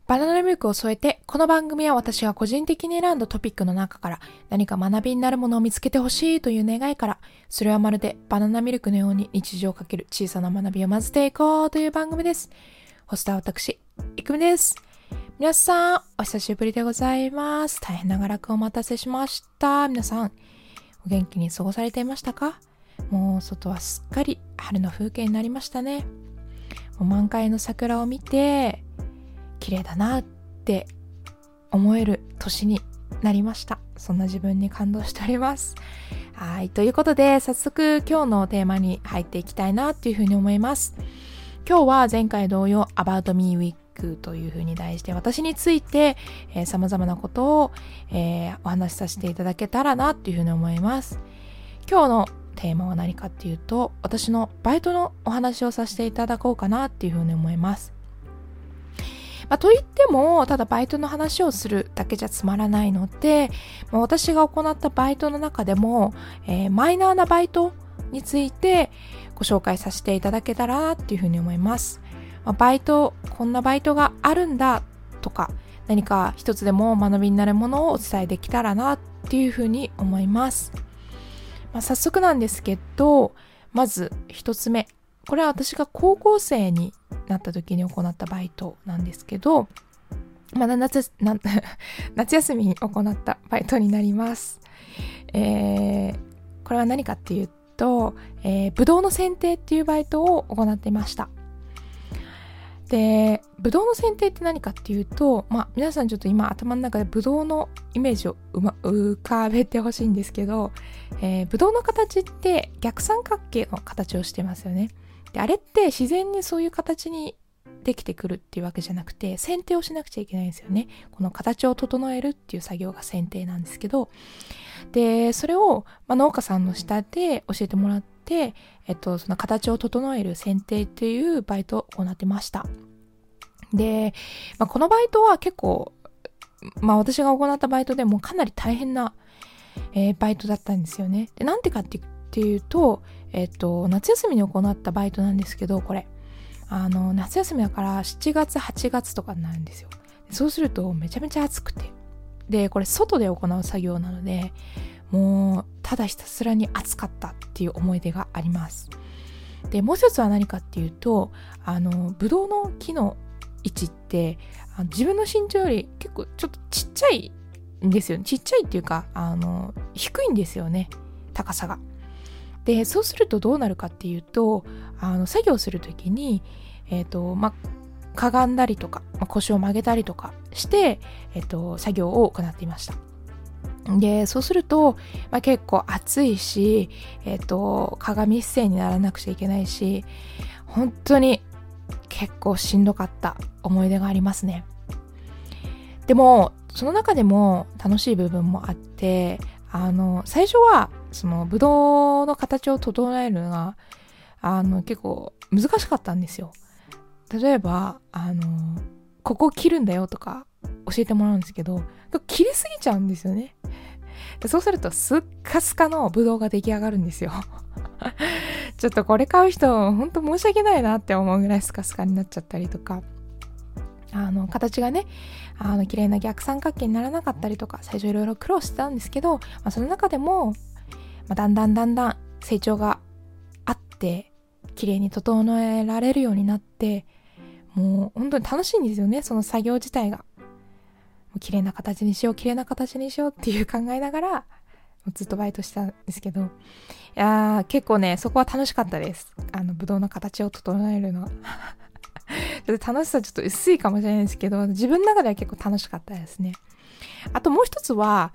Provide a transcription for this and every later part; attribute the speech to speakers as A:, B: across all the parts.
A: バナナミルクを添えて、この番組は私が個人的に選んだトピックの中から何か学びになるものを見つけてほしいという願いから、それはまるでバナナミルクのように日常をかける小さな学びを混ぜていこうという番組です。ホストは私、いくみです。皆さん、お久しぶりでございます。大変長らくお待たせしました。皆さん、お元気に過ごされていましたか？もう外はすっかり春の風景になりましたね。もう満開の桜を見て、綺麗だなって思える年になりました。そんな自分に感動しております。はい。ということで、早速今日のテーマに入っていきたいなっていうふうに思います。今日は前回同様 About Me Week というふうに題して、私について、様々なことを、お話しさせていただけたらなっていうふうに思います。今日のテーマは何かっていうと、私のバイトのお話をさせていただこうかなっていうふうに思います。といっても、ただバイトの話をするだけじゃつまらないので、私が行ったバイトの中でも、マイナーなバイトについてご紹介させていただけたらなっていうふうに思います。バイト、こんなバイトがあるんだとか、何か一つでも学びになるものをお伝えできたらなっていうふうに思います。早速なんですけど、まず一つ目。これは私が高校生になった時に行ったバイトなんですけど、夏休みに行ったバイトになります。これは何かっていうと、ブドウの剪定っていうバイトを行っていました。で、ブドウの剪定って何かっていうと、皆さんちょっと今頭の中でブドウのイメージを浮かべてほしいんですけど、ブドウの形って逆三角形の形をしてますよね。で、あれって自然にそういう形にできてくるっていうわけじゃなくて、剪定をしなくちゃいけないんですよね。この形を整えるっていう作業が剪定なんですけど、で、それを、農家さんの下で教えてもらって、その形を整える剪定っていうバイトを行ってました。で、このバイトは結構、私が行ったバイトでもかなり大変な、バイトだったんですよね。で、なんてかっていうと、夏休みに行ったバイトなんですけど、これ夏休みだから7月8月とかになるんですよ。そうするとめちゃめちゃ暑くて、でこれ外で行う作業なので、もうただひたすらに暑かったっていう思い出があります。でもう一つは何かっていうと、ブドウの木の位置って自分の身長より結構ちょっとちっちゃいんですよね。ちっちゃいっていうか低いんですよね、高さが。で、そうするとどうなるかっていうと、作業するときに、かがんだりとか、腰を曲げたりとかして、作業を行っていました。で、そうすると、結構暑いし、鏡姿勢にならなくちゃいけないし、本当に結構しんどかった思い出がありますね。でも、その中でも楽しい部分もあって、最初はそのブドウの形を整えるのが結構難しかったんですよ。例えばここ切るんだよとか教えてもらうんですけど、切りすぎちゃうんですよね。で、そうするとスッカスカのブドウが出来上がるんですよ。ちょっとこれ買う人本当申し訳ないなって思うぐらいスカスカになっちゃったりとか、形がね、綺麗な逆三角形にならなかったりとか、最初いろいろ苦労してたんですけど、その中でも、だんだん成長があって、綺麗に整えられるようになって、もう本当に楽しいんですよね、その作業自体が。もう綺麗な形にしようっていう考えながら、ずっとバイトしたんですけど、結構ね、そこは楽しかったです。ブドウの形を整えるのは。ちょっと楽しさちょっと薄いかもしれないですけど、自分の中では結構楽しかったですね。あともう一つは、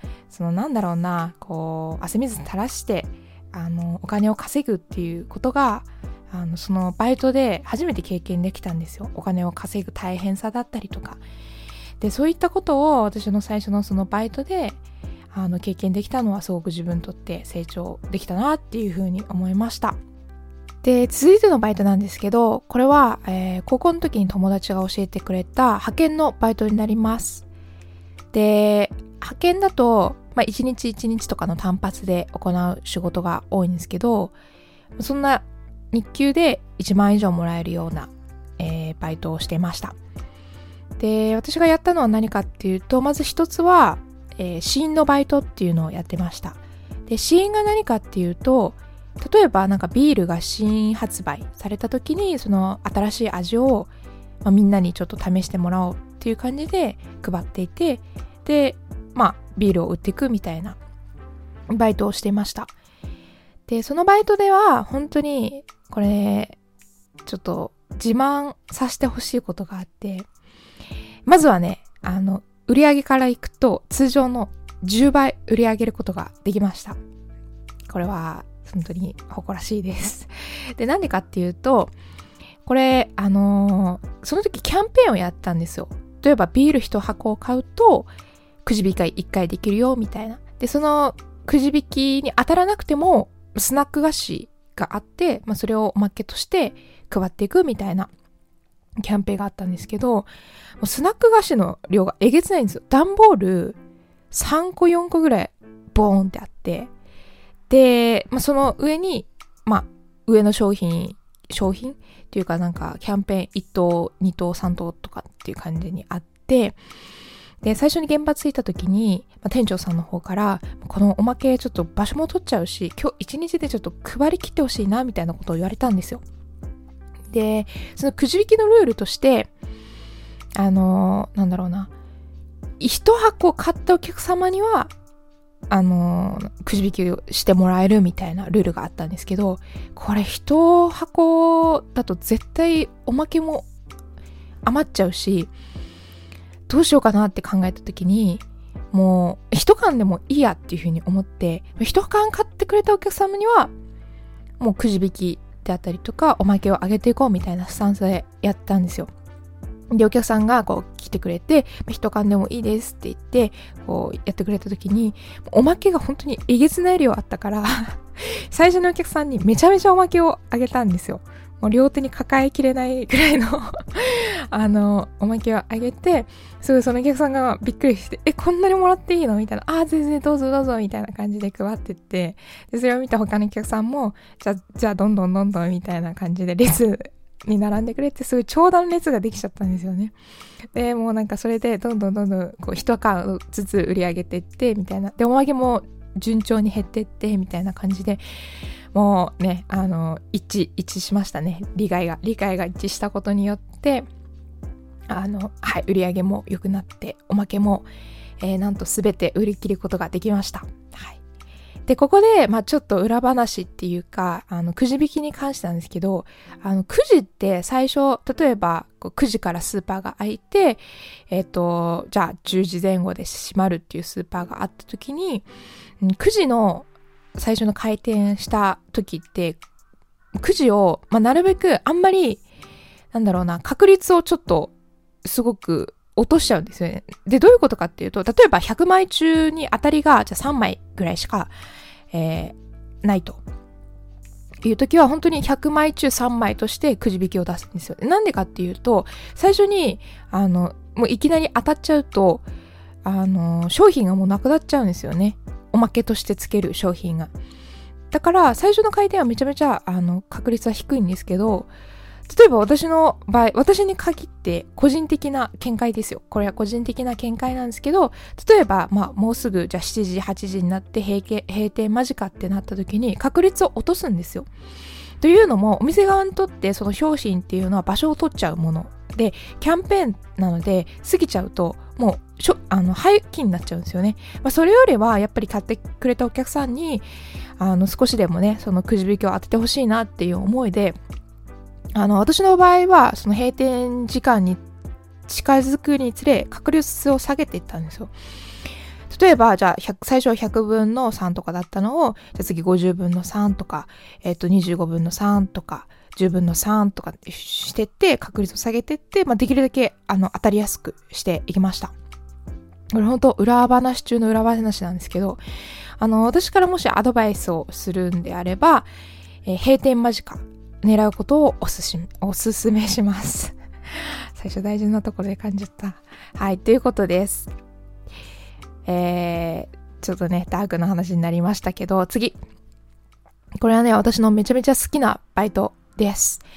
A: 汗水垂らして、お金を稼ぐっていうことが、そのバイトで初めて経験できたんですよ。お金を稼ぐ大変さだったりとか。で、そういったことを私の最初のそのバイトで、経験できたのはすごく自分にとって成長できたなっていうふうに思いました。で、続いてのバイトなんですけど、これは、高校の時に友達が教えてくれた派遣のバイトになります。で、派遣だと、1日1日とかの単発で行う仕事が多いんですけど、そんな日給で1万円以上もらえるような、バイトをしていました。 で、私がやったのは何かっていうと、まず一つは、試飲のバイトっていうのをやってました。で、試飲が何かっていうと、例えばなんかビールが新発売された時にその新しい味を、みんなにちょっと試してもらおうっていう感じで配っていて、で、ビールを売っていくみたいなバイトをしていました。で、そのバイトでは本当にこれちょっと自慢させてほしいことがあって、まずはね、売上からいくと通常の10倍売り上げることができました。これは本当に誇らしいです。で、なんでかっていうと、これ、その時キャンペーンをやったんですよ。例えばビール1箱を買うと、くじ引き1回できるよ、みたいな。で、そのくじ引きに当たらなくても、スナック菓子があって、それをおまけとして配っていくみたいなキャンペーンがあったんですけど、もうスナック菓子の量がえげつないんですよ。段ボール3個4個ぐらいボーンってあって、で、その上に、上の商品っていうかなんかキャンペーン1等、2等、3等とかっていう感じにあって、で、最初に現場着いた時に、店長さんの方から、このおまけちょっと場所も取っちゃうし、今日1日でちょっと配り切ってほしいな、みたいなことを言われたんですよ。で、そのくじ引きのルールとして、一箱買ったお客様には、くじ引きをしてもらえるみたいなルールがあったんですけど、これ一箱だと絶対おまけも余っちゃうし、どうしようかなって考えた時に、もう一缶でもいいやっていうふうに思って、一缶買ってくれたお客様には、もうくじ引きであったりとか、おまけをあげていこうみたいなスタンスでやったんですよ。で、お客さんがこう来てくれて、一缶でもいいですって言って、こうやってくれた時に、おまけが本当にえげつない量あったから、最初のお客さんにめちゃめちゃおまけをあげたんですよ。もう両手に抱えきれないくらいのおまけをあげて、すぐそのお客さんがびっくりして、こんなにもらっていいのみたいな、全然どうぞどうぞみたいな感じで配ってって、で、それを見た他のお客さんも、じゃあどんどんみたいな感じで列に並んでくれて、すごい長蛇の列ができちゃったんですよね。で、もうなんかそれでどんどんこう一缶ずつ売り上げてって、みたいな。で、おまけも順調に減ってって、みたいな感じで、もうね、一致しましたね。理解が一致したことによって、売り上げも良くなって、おまけも、なんとすべて売り切ることができました。はい。で、ここで、ちょっと裏話っていうか、くじ引きに関してなんですけど、くじって最初、例えば、9時からスーパーが開いて、じゃあ10時前後で閉まるっていうスーパーがあった時に、9時の最初の開店した時って、くじを、なるべくあんまり、確率をちょっと、すごく落としちゃうんですよね。で、どういうことかっていうと、例えば100枚中に当たりが、じゃあ3枚ぐらいしか、ないという時は、本当に100枚中3枚としてくじ引きを出すんですよ。なんでかっていうと、最初に、もういきなり当たっちゃうと、商品がもうなくなっちゃうんですよね。おまけとしてつける商品が。だから、最初の回転はめちゃめちゃ、確率は低いんですけど、例えば私の場合、私に限って個人的な見解ですよ。これは個人的な見解なんですけど、例えば、もうすぐじゃあ7時、8時になって閉店間近ってなった時に確率を落とすんですよ。というのも、お店側にとってその商品っていうのは場所を取っちゃうもので、キャンペーンなので過ぎちゃうと、もう廃棄になっちゃうんですよね。それよりはやっぱり買ってくれたお客さんに少しでもね、そのくじ引きを当ててほしいなっていう思いで、私の場合はその閉店時間に近づくにつれ確率を下げていったんですよ。例えばじゃあ最初は100分の3とかだったのを、じゃあ次50分の3とか、25分の3とか10分の3とかしてって確率を下げてって、できるだけ当たりやすくしていきました。これ本当裏話中の裏話なんですけど、私からもしアドバイスをするんであれば、閉店間近狙うことをおすすめします。最初大事なところで感じた。はい、ということです。ちょっとね、ダークな話になりましたけど、次。これはね、私のめちゃめちゃ好きなバイトです。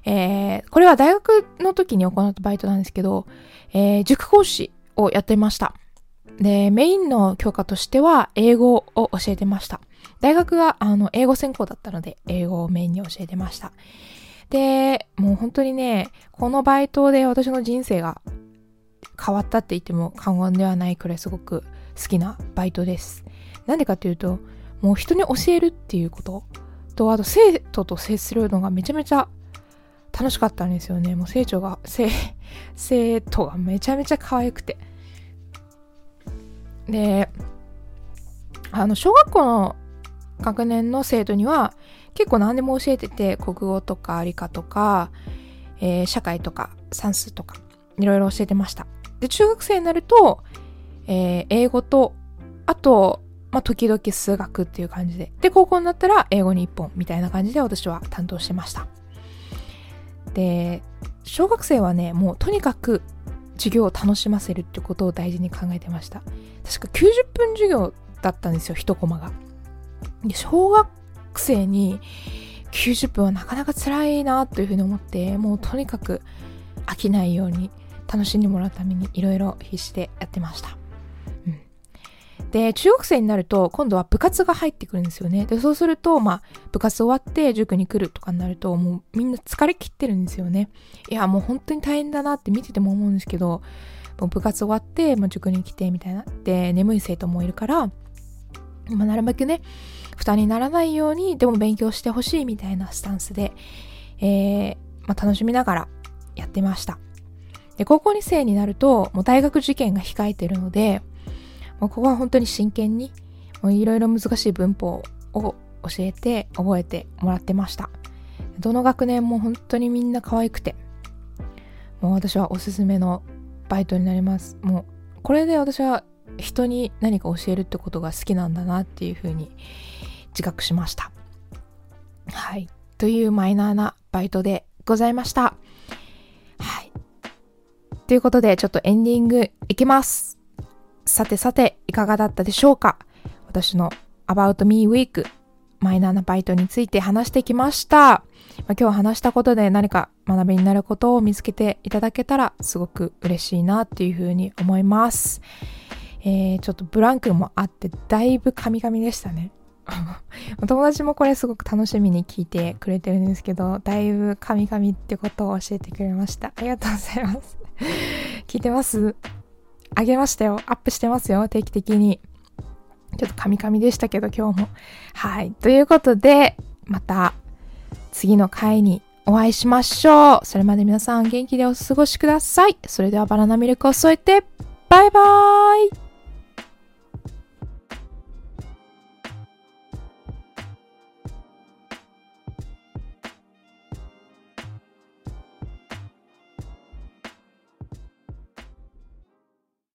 A: これは大学の時に行ったバイトなんですけど、塾講師をやってました。で、メインの教科としては英語を教えてました。大学が英語専攻だったので、英語をメインに教えてました。で、もう本当にね、このバイトで私の人生が変わったって言っても過言ではないくらいすごく好きなバイトです。なんでかっていうと、もう人に教えるっていうことと、あと生徒と接するのがめちゃめちゃ楽しかったんですよね。もう生徒がめちゃめちゃ可愛くて。で、小学校の学年の生徒には結構何でも教えてて、国語とか理科とか、社会とか算数とかいろいろ教えてました。で、中学生になると、英語と、あと、時々数学っていう感じで。で、高校になったら英語に一本みたいな感じで私は担当してました。で、小学生はね、もうとにかく授業を楽しませるってことを大事に考えてました。確か90分授業だったんですよ、一コマが。で、小学生に90分はなかなか辛いなというふうに思って、もうとにかく飽きないように楽しんでもらうためにいろいろ必死でやってました。で、中学生になると今度は部活が入ってくるんですよね。で、そうすると、部活終わって塾に来るとかになると、もうみんな疲れ切ってるんですよね。いや、もう本当に大変だなって見てても思うんですけど、もう部活終わって、塾に来てみたいな。で、眠い生徒もいるから、なるべくね、負担にならないように、でも勉強してほしいみたいなスタンスで、楽しみながらやってました。で、高校2生になると、もう大学受験が控えてるので、ここは本当に真剣にいろいろ難しい文法を教えて覚えてもらってました。どの学年も本当にみんな可愛くて、もう私はおすすめのバイトになります。もうこれで私は人に何か教えるってことが好きなんだなっていうふうに自覚しました。はい。というマイナーなバイトでございました。はい。ということでちょっとエンディングいきます。さて、いかがだったでしょうか？私の About Me Week マイナーなバイトについて話してきました。今日話したことで何か学びになることを見つけていただけたらすごく嬉しいなっていうふうに思います。ちょっとブランクもあってだいぶカミカミでしたね。友達もこれすごく楽しみに聞いてくれてるんですけど、だいぶカミカミってことを教えてくれました。ありがとうございます。聞いてます？あげましたよ。アップしてますよ。定期的に。ちょっとカミカミでしたけど今日も。はい。ということで、また次の回にお会いしましょう。それまで皆さん元気でお過ごしください。それではバナナミルクを添えて、バイバーイ。